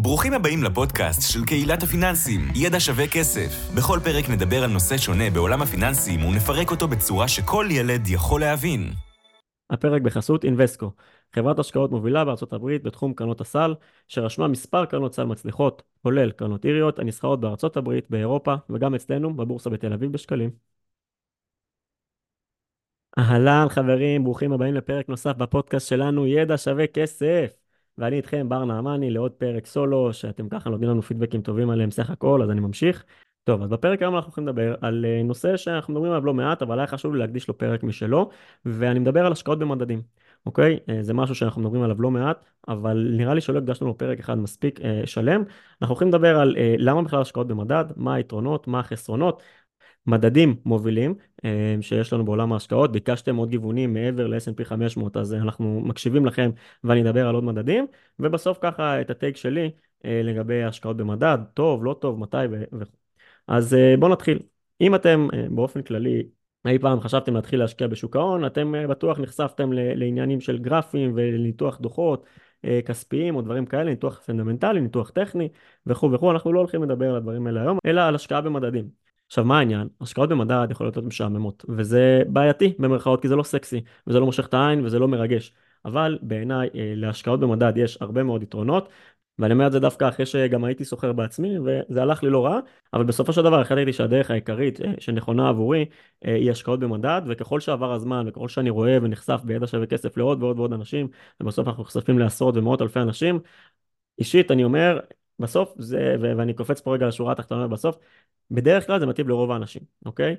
ברוכים הבאים לפודקאסט של קהילת הפיננסים, ידע שווה כסף. בכל פרק נדבר על נושא שונה בעולם הפיננסים ונפרק אותו בצורה שכל ילד יכול להבין. הפרק בחסות אינבסקו, חברת השקעות מובילה בארצות הברית בתחום קרנות הסל, שרשמה מספר קרנות סל מצליחות, כולל קרנות איריות הנסחרות בארצות הברית, באירופה וגם אצלנו בבורסה בתל אביב בשקלים. אהלן חברים, ברוכים הבאים לפרק נוסף בפודקאסט שלנו, ידע שווה כסף. ואני איתכם בר נעמני לעוד פרק סולו, שאתם ככה נותנים לנו פידבקים טובים עליהם סך הכל, אז אני ממשיך. טוב, אז בפרק היום אנחנו הולכים לדבר על נושא שאנחנו מדברים עליו לא מעט, אבל היה חשוב לי להקדיש לו פרק משלו, ואני מדבר על השקעות במדדים, אוקיי? זה משהו שאנחנו מדברים עליו לא מעט, אבל נראה לי שלא הקדשנו לו פרק אחד מספיק שלם. אנחנו הולכים לדבר על למה בכלל השקעות במדד, מה היתרונות, מה החסרונות, מדדים מובילים שיש לנו בעולם ההשקעות. ביקשתם עוד גיוונים מעבר ל-S&P 500, אז אנחנו מקשיבים לכם ואני אדבר על עוד מדדים, ובסוף ככה את הטייק שלי לגבי השקעות במדד, טוב, לא טוב, מתי וכו'. אז בואו נתחיל. אם אתם באופן כללי אי פעם חשבתם להתחיל להשקיע בשוק ההון, אתם בטוח נחשפתם לעניינים של גרפים ולניתוח דוחות כספיים או דברים כאלה, ניתוח פונדמנטלי, ניתוח טכני וכו' וכו'. אנחנו לא הולכים לדבר על הדברים האלה היום, אלא על השקעה במדדים. עכשיו, מה העניין? השקעות במדד יכולות להיות משעממות, וזה בעייתי במרכאות, כי זה לא סקסי, וזה לא מושך את העין, וזה לא מרגש. אבל בעיניי, להשקעות במדד יש הרבה מאוד יתרונות, ואני אומר את זה דווקא אחרי שגם הייתי סוחר בעצמי, וזה הלך לי לא רע, אבל בסופו של דבר החלטתי שהדרך העיקרית שנכונה עבורי היא השקעות במדד, וככל שעבר הזמן, וככל שאני רואה ונחשף בידע שווה כסף לעוד ועוד ועוד אנשים, ובסוף אנחנו נחשפים לעשרות ומאות אלפי אנשים, אישית אני אומר, בסוף זה, ואני קופץ פה רגע לשורה התחתונה בסוף, בדרך כלל זה מתאים לרוב האנשים, אוקיי?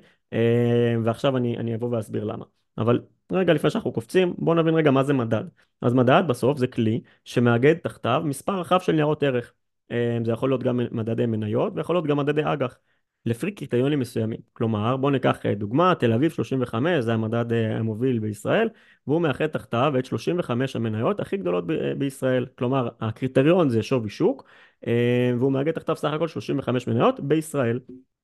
ועכשיו אני אבוא ואסביר למה. אבל רגע לפני שאנחנו קופצים, בואו נבין רגע מה זה מדד. אז מדד בסוף זה כלי שמאגד תחתיו מספר רחב של ניירות ערך. זה יכול להיות גם מדדי מניות ויכול להיות גם מדדי אג"ח. לפי קריטריונים מסוימים. כלומר, בואו ניקח דוגמה, תל אביב 35, זה המדד המוביל בישראל, והוא מאחד תחתיו את 35 המניות הכי גדולות בישראל. כלומר, הקריטריון זה שווי שוק, והוא מאגד תחתיו סך הכל 35 מניות בישראל.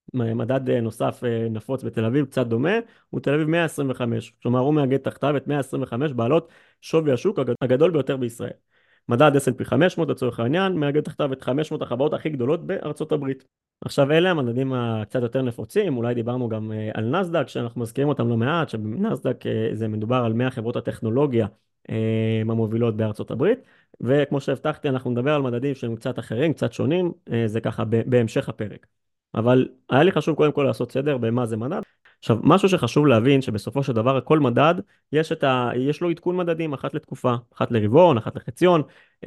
מדד נוסף נפוץ בתל אביב, קצת דומה, הוא תל אביב 125. כלומר, הוא מאגד תחתיו את 125 בעלות שווי השוק הגדול ביותר בישראל. מדד S&P 500 לצורך העניין, מאגד תחתיו את 500 החברות הכי גדולות בארצות הברית. עכשיו אלה המדדים הקצת יותר נפוצים, אולי דיברנו גם על נסדק, שאנחנו מזכירים אותם לא מעט, שבנסדק זה מדובר על 100 חברות הטכנולוגיה המובילות בארצות הברית, וכמו שהבטחתי אנחנו נדבר על מדדים שהם קצת אחרים, קצת שונים, זה ככה בהמשך הפרק. אבל היה לי חשוב קודם כל לעשות סדר במה זה מדד. עכשיו, משהו שחשוב להבין שבסופו של דבר כל מדד יש לו עדכון מדדים אחת לתקופה, אחת לרבעון, אחת לחציון,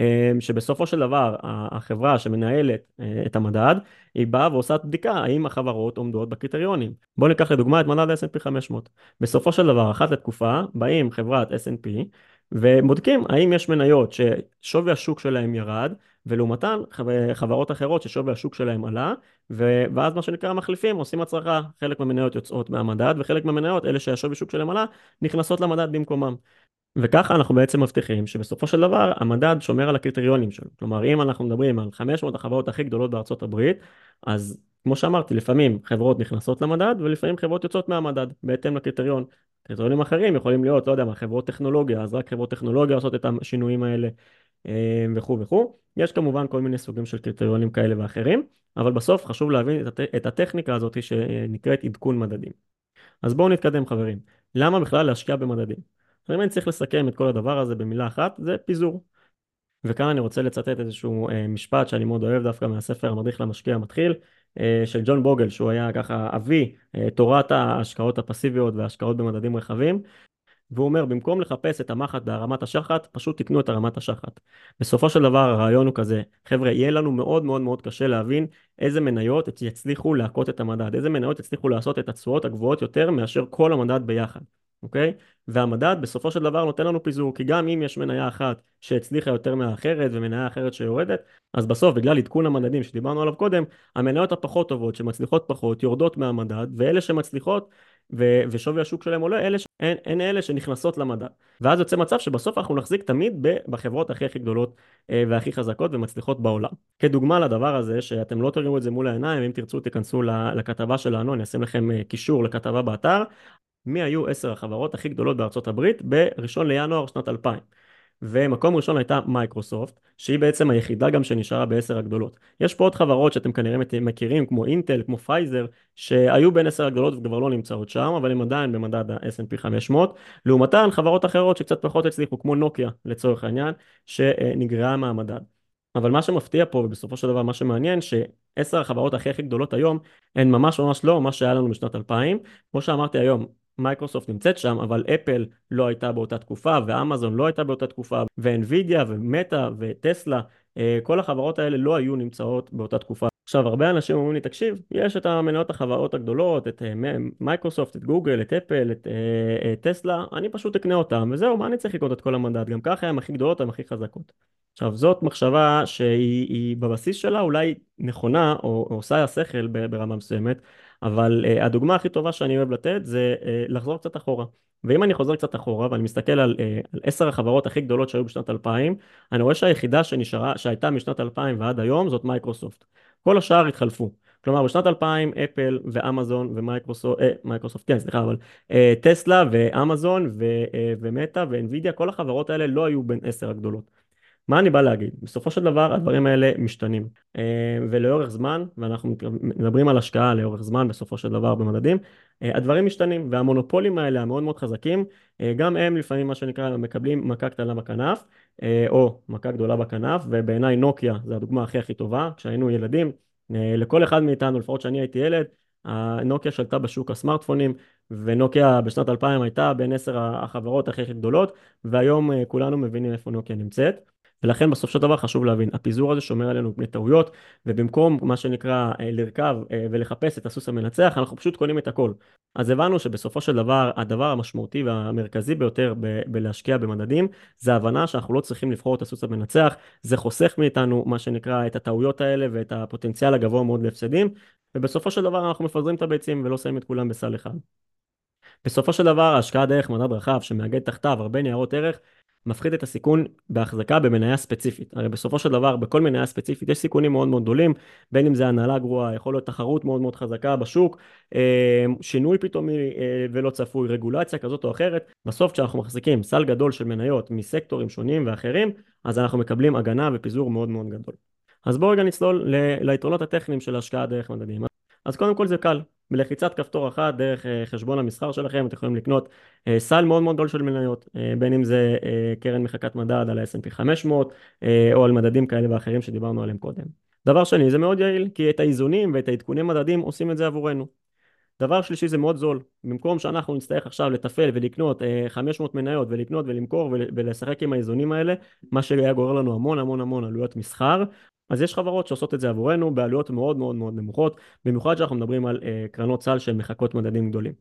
שבסופו של דבר החברה שמנהלת את המדד, היא באה ועושה בדיקה האם החברות עומדות בקריטריונים. בואו ניקח לדוגמה את מדד S&P 500. בסופו של דבר, אחת לתקופה, באים חברת S&P ובודקים האם יש מניות ששווי השוק שלהם ירד, ולעומתן חברות אחרות ששווי השוק שלהם עלה, ואז מה שנקרא מחליפים, עושים הצרחה, חלק מהמניות יוצאות מהמדד, וחלק מהמניות, אלה שהשווי שוק שלהם עלה, נכנסות למדד במקומם. וככה אנחנו בעצם מבטיחים שבסופו של דבר המדד שומר על הקריטריונים שלו. כלומר, אם אנחנו מדברים על 500 החברות הכי גדולות בארצות הברית, אז כמו שאמרתי, לפעמים חברות נכנסות למדד, ולפעמים חברות יוצאות מהמדד, בהתאם לקריטריון. קריטריונים אחרים יכולים להיות, לא יודע מה, חברות טכנולוגיה, אז רק חברות טכנולוגיה עושות את השינויים האלה, וכו' וכו'. יש כמובן כל מיני סוגים של קריטריונים כאלה ואחרים, אבל בסוף חשוב להבין את הטכניקה הזאת שנקראת עדכון מדדים. אז בואו נתקדם חברים. למה בכלל להשקיע במדדים? אם אני צריך לסכם את כל הדבר הזה במילה אחת, זה פיזור. וכאן אני רוצה לצטט איזשהו משפט שאני מאוד אוהב דווקא מהספר המדריך למשקיע המתחיל, של ג'ון בוגל, שהוא היה ככה אבי תורת ההשקעות הפסיביות וההשקעות במדדים רחבים, והוא אומר, במקום לחפש את המחט בהרמת השחת, פשוט תקנו את הרמת השחת. בסופו של דבר הרעיון הוא כזה, חבר'ה, יהיה לנו מאוד מאוד מאוד קשה להבין איזה מניות יצליחו להכות את המדד, איזה מניות יצליחו לעשות את התשואות הגבוהות יותר מאשר כל המדד ביחד, אוקיי? והמדד בסופו של דבר נותן לנו פיזור, כי גם אם יש מניה אחת שהצליחה יותר מהאחרת ומניה אחרת שיורדת, אז בסוף בגלל עדכון המדדים שדיברנו עליו קודם, המניות הפחות טובות שמצליחות פחות יורדות מהמדד, ואלה שמצליחות ושווי השוק שלהם עולה, הן אלה שנכנסות למדד. ואז יוצא מצב שבסוף אנחנו נחזיק תמיד בחברות הכי גדולות והכי חזקות ומצליחות בעולם. כדוגמה לדבר הזה, שאתם לא תראו את זה מול העיניים, אם תרצו תיכנסו לכתבה שלנו, אני אשים לכם קישור לכתבה באתר, מי היו 10 החברות הכי גדולות בארצות הברית ב1 לינואר שנת 2000. ומקום ראשון הייתה מייקרוסופט, שהיא בעצם היחידה גם שנשארה בעשר הגדולות. יש פה עוד חברות שאתם כנראה מכירים, כמו אינטל, כמו פייזר, שהיו בין עשר הגדולות וכבר לא נמצאות שם, אבל הם עדיין במדד ה-S&P 500, לעומתן חברות אחרות שקצת פחות הצליחו, כמו נוקיה לצורך העניין, שנגרעה מהמדד. אבל מה שמפתיע פה, ובסופו של דבר מה שמעניין, שעשר החברות הכי גדולות היום, הן ממש ממש לא מה שהיה לנו בשנת 2000. כמו שאמרתי היום, מייקרוסופט נמצאת שם, אבל אפל לא הייתה באותה תקופה, ואמזון לא הייתה באותה תקופה, ואנווידיה ומטא וטסלה, כל החברות האלה לא היו נמצאות באותה תקופה. עכשיו, הרבה אנשים אומרים לי, תקשיב, יש את המניות החברות הגדולות, את מייקרוסופט, את גוגל, את אפל, את טסלה, אני פשוט אקנה אותם, וזהו, מה אני צריך לקנות את כל המנדט? גם ככה הם הכי גדולות, הם הכי חזקות. עכשיו, זאת מחשבה שהיא בבסיס שלה אולי נכונה, או עושה השכל ברמה מסוימת, אבל הדוגמה הכי טובה שאני אוהב לתת זה לחזור קצת אחורה. ואם אני חוזר קצת אחורה ואני מסתכל על עשר החברות הכי גדולות שהיו בשנת 2000, אני רואה שהיחידה שהייתה משנת 2000 ועד היום זאת מייקרוסופט. כל השאר התחלפו. כלומר, בשנת 2000 אפל ואמזון מייקרוסופט, כן, סליחה, אבל טסלה ואמזון ומטא ואנווידיה, כל החברות האלה לא היו בין עשר הגדולות. מה אני בא להגיד? בסופו של דבר הדברים האלה משתנים, ולאורך זמן, ואנחנו מדברים על השקעה לאורך זמן בסופו של דבר במדדים, הדברים משתנים, והמונופולים האלה המאוד מאוד חזקים, גם הם לפעמים מה שנקרא מקבלים מכה קטנה בכנף, או מכה גדולה בכנף, ובעיניי נוקיה זה הדוגמה הכי טובה. כשהיינו ילדים, לכל אחד מאיתנו, לפחות שאני הייתי ילד, נוקיה שלטה בשוק הסמארטפונים, ונוקיה בשנת 2000 הייתה בין עשר החברות הכי גדולות, והיום כולנו מבינים איפה נוקיה נמצאת. ולכן בסוף של דבר חשוב להבין, הפיזור הזה שומר עלינו מפני טעויות, ובמקום מה שנקרא לרכב ולחפש את הסוס המנצח, אנחנו פשוט קונים את הכל. אז הבנו שבסופו של דבר, הדבר המשמעותי והמרכזי ביותר בלהשקיע במדדים, זה ההבנה שאנחנו לא צריכים לבחור את הסוס המנצח, זה חוסך מאיתנו מה שנקרא את הטעויות האלה ואת הפוטנציאל הגבוה מאוד להפסדים, ובסופו של דבר אנחנו מפזרים את הביצים ולא שמים את כולם בסל אחד. בסופו של דבר, ההשקעה דרך מדד רחב שמאגד תחתיו הרבה ניירות ערך, מפחית את הסיכון בהחזקה במניה ספציפית. הרי בסופו של דבר, בכל מניה ספציפית יש סיכונים מאוד מאוד גדולים, בין אם זה הנהלה גרועה, יכול להיות תחרות מאוד מאוד חזקה בשוק, שינוי פתאומי ולא צפוי, רגולציה כזאת או אחרת. בסוף כשאנחנו מחזיקים סל גדול של מניות מסקטורים שונים ואחרים, אז אנחנו מקבלים הגנה ופיזור מאוד מאוד גדול. אז בואו רגע נצלול ליתרונות הטכניים של ההשקעה דרך מדדים. אז קודם כל זה קל. בלחיצת כפתור אחת דרך חשבון המסחר שלכם אתם יכולים לקנות סל מאוד מאוד גדול של מניות, בין אם זה קרן מחקת מדד על ה-S&P 500 או על מדדים כאלה ואחרים שדיברנו עליהם קודם. דבר שני, זה מאוד יעיל, כי את האיזונים ואת העדכוני מדדים עושים את זה עבורנו. דבר שלישי, זה מאוד זול. במקום שאנחנו נצטרך עכשיו לתפעל ולקנות 500 מניות ולקנות ולמכור ולשחק עם האיזונים האלה, מה שהיה גורר לנו המון המון המון עלויות מסחר, אז יש חברות שעושות את זה עבורנו בעלויות מאוד מאוד מאוד נמוכות, במיוחד שאנחנו מדברים על קרנות סל שהן מחקות מדדים גדולים.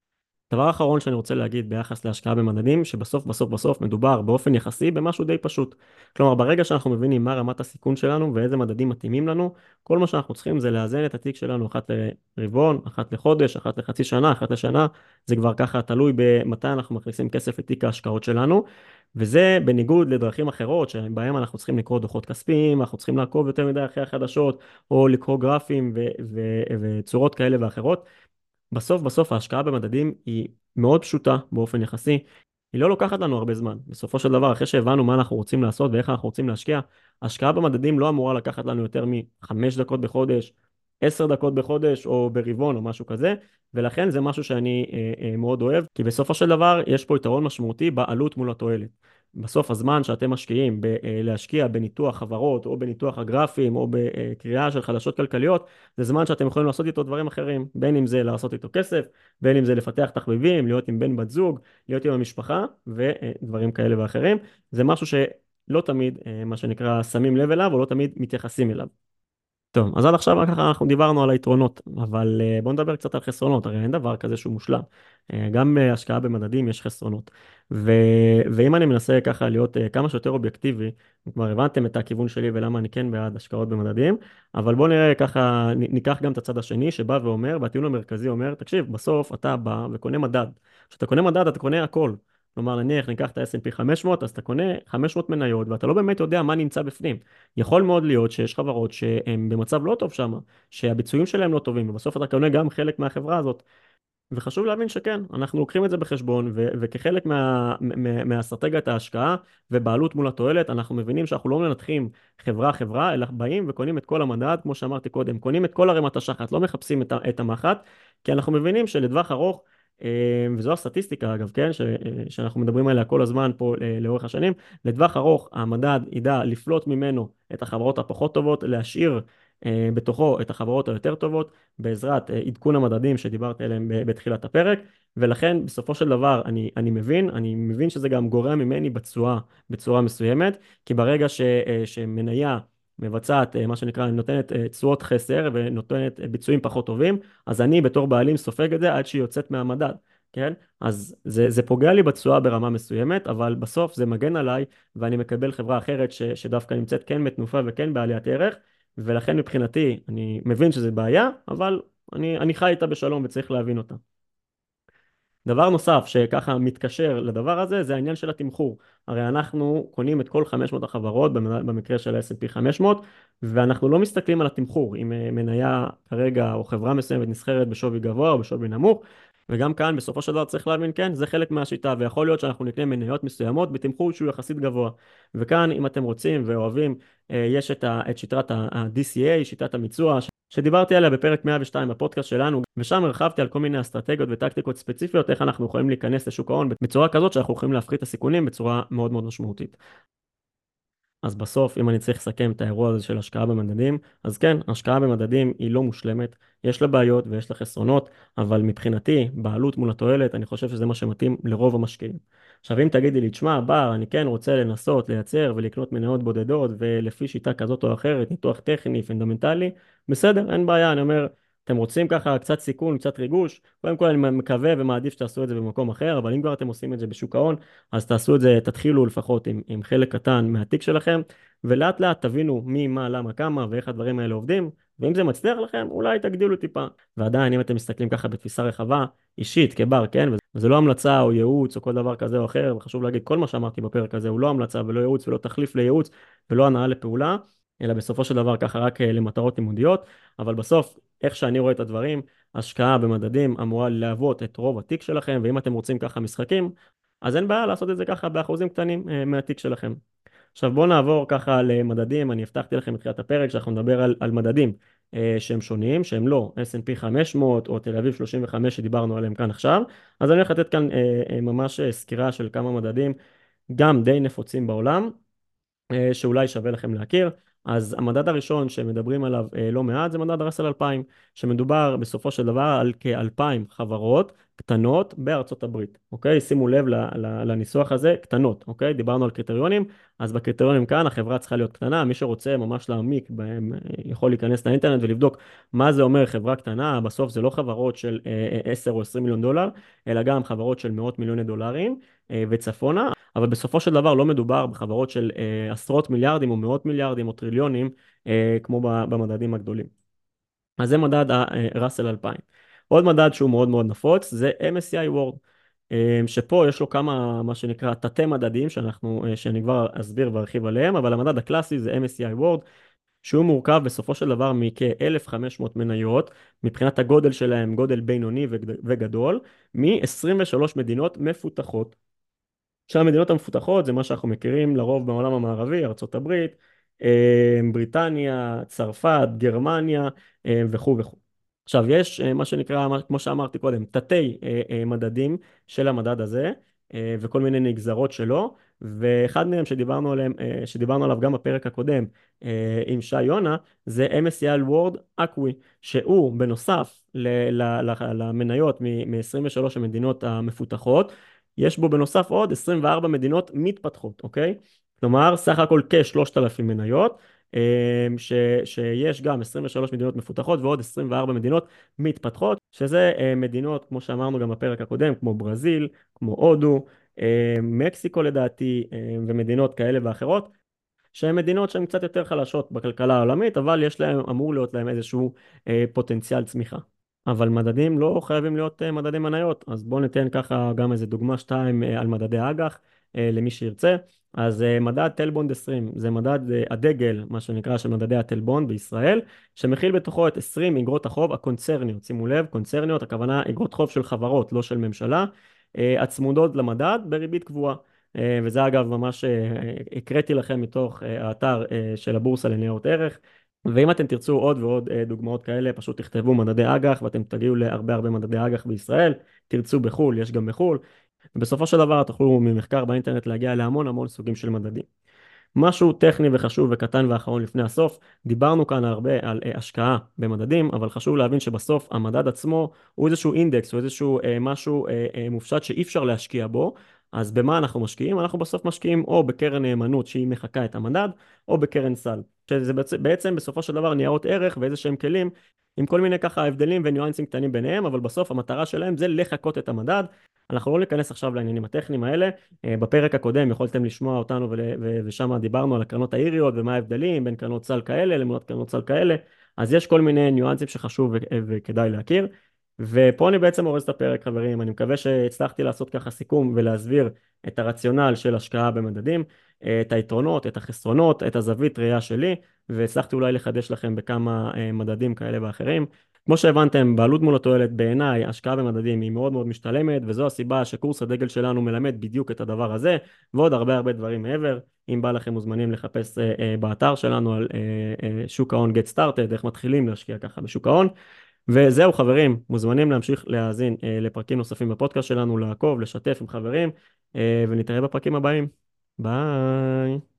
דבר אחרון שאני רוצה להגיד ביחס להשקעה במדדים, שבסוף בסוף בסוף מדובר באופן יחסי במשהו די פשוט. כלומר, ברגע שאנחנו מבינים מה רמת הסיכון שלנו ואיזה מדדים מתאימים לנו, כל מה שאנחנו צריכים זה לאזן את התיק שלנו אחת לרבעון, אחת לחודש, אחת לחצי שנה, אחת לשנה. זה כבר ככה תלוי במתי אנחנו מכניסים כסף לתיק ההשקעות שלנו, וזה בניגוד לדרכים אחרות שבהם אנחנו צריכים לקרוא דוחות כספיים, אנחנו צריכים לעקוב יותר מדי אחרי החדשות, או לקרוא גרפים וצורות כאלה ואחרות. בסוף בסוף ההשקעה במדדים היא מאוד פשוטה באופן יחסי, היא לא לוקחת לנו הרבה זמן. בסופו של דבר, אחרי שהבנו מה אנחנו רוצים לעשות ואיך אנחנו רוצים להשקיע, השקעה במדדים לא אמורה לקחת לנו יותר מ5 דקות בחודש, 10 דקות בחודש או ברבעון או משהו כזה, ולכן זה משהו שאני מאוד אוהב, כי בסופו של דבר יש פה יתרון משמעותי בעלות מול התועלת. בסוף הזמן שאתם משקיעים להשקיע בניתוח חברות או בניתוח הגרפים או בקריאה של חדשות כלכליות, זה זמן שאתם יכולים לעשות איתו דברים אחרים, בין אם זה לעשות איתו כסף, בין אם זה לפתח תחביבים, להיות עם בן בת זוג, להיות עם המשפחה ודברים כאלה ואחרים. זה משהו שלא תמיד מה שנקרא שמים לב אליו או לא תמיד מתייחסים אליו. טוב, אז עד עכשיו רק ככה אנחנו דיברנו על היתרונות, אבל בואו נדבר קצת על חסרונות. הרי אין דבר כזה שהוא מושלם. גם בהשקעה במדדים יש חסרונות. ואם אני מנסה ככה להיות כמה שיותר אובייקטיבי, כבר הבנתם את הכיוון שלי ולמה אני כן בעד השקעות במדדים, אבל בואו נראה ככה, ניקח גם את הצד השני שבא ואומר, והטיעון המרכזי אומר, תקשיב, בסוף אתה בא וקונה מדד. כשאתה קונה מדד אתה קונה הכל. כלומר, נניח ניקח את ה-S&P 500, אז אתה קונה 500 מניות, ואתה לא באמת יודע מה נמצא בפנים. יכול מאוד להיות שיש חברות שהן במצב לא טוב שם, שהביצועים שלהם לא טובים, ובסוף אתה קונה גם חלק מהחברה הזאת. וחשוב להבין שכן, אנחנו לוקחים את זה בחשבון, וכחלק מהאסטרטגיית ההשקעה ובעלות מול התועלת, אנחנו מבינים שאנחנו לא מנתחים חברה, אלא באים וקונים את כל המדד, כמו שאמרתי קודם, קונים את כל ערימת השחת, לא מחפשים את המחט, כי אנחנו מבינים שלטווח ארוך, וזו הסטטיסטיקה אגב, כן, שאנחנו מדברים עליה כל הזמן פה לאורך השנים, לטווח ארוך המדד ידע לפלוט ממנו את החברות הפחות טובות, להשאיר בתוכו את החברות היותר טובות, בעזרת עדכון המדדים שדיברתי עליהם בתחילת הפרק, ולכן בסופו של דבר אני מבין שזה גם גורע ממני בצורה מסוימת, כי ברגע שמניה מבצעת מה שנקרא, נותנת תשואות חסר ונותנת ביצועים פחות טובים, אז אני בתור בעלים סופג את זה עד שהיא יוצאת מהמדד. כן? אז זה פוגע לי בתשואה ברמה מסוימת, אבל בסוף זה מגן עליי, ואני מקבל חברה אחרת שדווקא נמצאת כן בתנופה וכן בעליית ערך, ולכן מבחינתי, אני מבין שזה בעיה, אבל אני חי איתה בשלום וצריך להבין אותה. דבר נוסף שככה מתקשר לדבר הזה, זה העניין של התמחור. הרי אנחנו קונים את כל 500 החברות, במקרה של ה-S&P 500, ואנחנו לא מסתכלים על התמחור, אם מניה כרגע או חברה מסוימת נסחרת בשווי גבוה או בשווי נמוך, וגם כאן בסופו של דבר צריך להבין, כן, זה חלק מהשיטה, ויכול להיות שאנחנו נקנה מניות מסוימות בתמחור שהוא יחסית גבוה. וכאן, אם אתם רוצים ואוהבים, יש את שיטת ה-DCA, שיטת המיצוע, שדיברתי עליה בפרק 102 בפודקאסט שלנו, ושם הרחבתי על כל מיני אסטרטגיות וטקטיקות ספציפיות, איך אנחנו יכולים להיכנס לשוק ההון בצורה כזאת שאנחנו יכולים להפחית את הסיכונים בצורה מאוד מאוד משמעותית. אז בסוף, אם אני צריך לסכם את האירוע הזה של השקעה במדדים, אז כן, השקעה במדדים היא לא מושלמת, יש לה בעיות ויש לה חסרונות, אבל מבחינתי, בעלות מול התועלת, אני חושב שזה מה שמתאים לרוב המשקיעים. עכשיו, אם תגידי לי, תשמע, בר, אני כן רוצה לנסות, לייצר ולקנות מניות בודדות, ולפי שיטה כזאת או אחרת, ניתוח טכני, פונדמנטלי, בסדר, אין בעיה, אני אומר, אתם רוצים ככה קצת סיכון, קצת ריגוש, קודם כל אני מקווה ומעדיף שתעשו את זה במקום אחר, אבל אם כבר אתם עושים את זה בשוק ההון, אז תעשו את זה, תתחילו לפחות עם חלק קטן מהתיק שלכם, ולאט לאט תבינו מי, מה, למה, כמה, ואיך הדברים האלה עובדים, ואם זה מצליח לכם, אולי תגדילו טיפה. ועדיין, אם אתם מסתכלים ככה בתפיסה רחבה, אישית, כבר, כן? וזה לא המלצה או ייעוץ או כל דבר כזה או אחר, וחשוב להגיד, כל מה שאמרתי בפרק הזה הוא לא המלצה ולא ייעוץ ולא תחליף לייעוץ ולא הנעה לפעולה, אלא בסופו של דבר ככה רק למטרות לימודיות, אבל בסוף, איך שאני רואה את הדברים, השקעה במדדים אמורה להוות את רוב התיק שלכם, ואם אתם רוצים ככה משחקים, אז אין בעיה לעשות את זה ככה באחוזים קטנים מהתיק שלכם. עכשיו בואו נעבור ככה למדדים, אני הבטחתי לכם בתחילת הפרק שאנחנו נדבר על מדדים שהם שונים, שהם לא S&P 500 או תל אביב 35 שדיברנו עליהם כאן עכשיו, אז אני הולך לתת כאן ממש סקירה של כמה מדדים גם די נפוצים בעולם, שאולי שווה לכם להכיר. אז המדד הראשון שמדברים עליו לא מעט זה מדד ראסל 2000, שמדובר בסופו של דבר על כ-2,000 חברות קטנות בארצות הברית, אוקיי? שימו לב לניסוח הזה, קטנות, אוקיי? דיברנו על קריטריונים, אז בקריטריונים כאן החברה צריכה להיות קטנה, מי שרוצה ממש להעמיק בהם יכול להיכנס לאינטרנט ולבדוק מה זה אומר חברה קטנה, בסוף זה לא חברות של 10 או 20 מיליון דולר, אלא גם חברות של מאות מיליוני דולרים וצפונה, אבל בסופו של דבר לא מדובר בחברות של עשרות מיליארדים או מאות מיליארדים או טריליונים כמו במדדים הגדולים. אז זה מדד ראסל 2000. עוד מדד שהוא מאוד מאוד נפוץ זה MSCI World, שפה יש לו כמה מה שנקרא תתי מדדים שאני כבר אסביר וארחיב עליהם, אבל המדד הקלאסי זה MSCI World, שהוא מורכב בסופו של דבר מכ-1,500 מניות, מבחינת הגודל שלהם, גודל בינוני וגדול, מ-23 מדינות מפותחות. שהמדינות המפותחות זה מה שאנחנו מכירים לרוב בעולם המערבי, ארצות הברית, בריטניה, צרפת, גרמניה וכו' וכו'. עכשיו יש מה שנקרא, כמו שאמרתי קודם, תתי מדדים של המדד הזה וכל מיני נגזרות שלו, ואחד מהם שדיברנו עליו גם בפרק הקודם עם שי יונה, זה MSCI World Acqui, שהוא בנוסף למניות מ-23 המדינות המפותחות, יש בו בנוסף עוד 24 מדינות מתפתחות, אוקיי? כלומר, סך הכל כ-3,000 מניות, שיש גם 23 מדינות מפותחות ועוד 24 מדינות מתפתחות, שזה מדינות, כמו שאמרנו גם בפרק הקודם, כמו ברזיל, כמו הודו, מקסיקו לדעתי, ומדינות כאלה ואחרות, שהן מדינות שהן קצת יותר חלשות בכלכלה העולמית, אבל אמור להיות להם איזשהו פוטנציאל צמיחה. אבל מדדים לא חייבים להיות מדדי מניות, אז בואו ניתן ככה גם איזה דוגמה 2 על מדדי אג"ח למי שירצה. אז מדד טלבונד 20 זה מדד הדגל, מה שנקרא, של מדדי הטלבונד בישראל, שמכיל בתוכו את 20 אגרות החוב הקונצרניות. שימו לב, קונצרניות, הכוונה אגרות חוב של חברות, לא של ממשלה, הצמודות למדד בריבית קבועה. וזה אגב ממש הקראתי לכם מתוך האתר של הבורסה לניירות ערך. ואם אתם תרצו עוד ועוד דוגמאות כאלה, פשוט תכתבו מדדי אג"ח ואתם תגיעו להרבה הרבה מדדי אג"ח בישראל. תרצו בחו"ל, יש גם בחו"ל. ובסופו של דבר תוכלו ממחקר באינטרנט להגיע להמון המון סוגים של מדדים. משהו טכני וחשוב וקטן ואחרון לפני הסוף, דיברנו כאן הרבה על השקעה במדדים, אבל חשוב להבין שבסוף המדד עצמו הוא איזשהו אינדקס, הוא איזשהו משהו מופשט שאי אפשר להשקיע בו. אז במה אנחנו משקיעים? אנחנו בסוף משקיעים או בקרן נאמנות שהיא מחקה את המדד, או בקרן סל. שזה בעצם בסופו של דבר ניירות ערך ואיזה שהם כלים, עם כל מיני ככה הבדלים וניואנסים קטנים ביניהם, אבל בסוף המטרה שלהם זה לחקות את המדד. אנחנו לא ניכנס עכשיו לעניינים הטכניים האלה. בפרק הקודם יכולתם לשמוע אותנו ושם דיברנו על הקרנות האיריות ומה ההבדלים בין קרנות סל כאלה למונת קרנות סל כאלה. אז יש כל מיני ניואנסים שחשוב וכדאי להכיר. ופה אני בעצם אורז את הפרק, חברים. אני מקווה שהצלחתי לעשות ככה סיכום ולהסביר את הרציונל של השקעה במדדים, את היתרונות, את החסרונות, את הזווית ראייה שלי, והצלחתי אולי לחדש לכם בכמה מדדים כאלה ואחרים. כמו שהבנתם, בעלות מול התועלת בעיניי, השקעה במדדים היא מאוד מאוד משתלמת, וזו הסיבה שקורס הדגל שלנו מלמד בדיוק את הדבר הזה, ועוד הרבה הרבה דברים מעבר. אם בא לכם מוזמנים לחפש באתר שלנו על שוק ההון Get Started, איך מתחילים להשקיע ככה בשוק ההון. וזהו חברים, מוזמנים להמשיך להאזין לפרקים נוספים בפודקאסט שלנו, לעקוב, לשתף עם חברים, ונתראה בפרקים הבאים. ביי.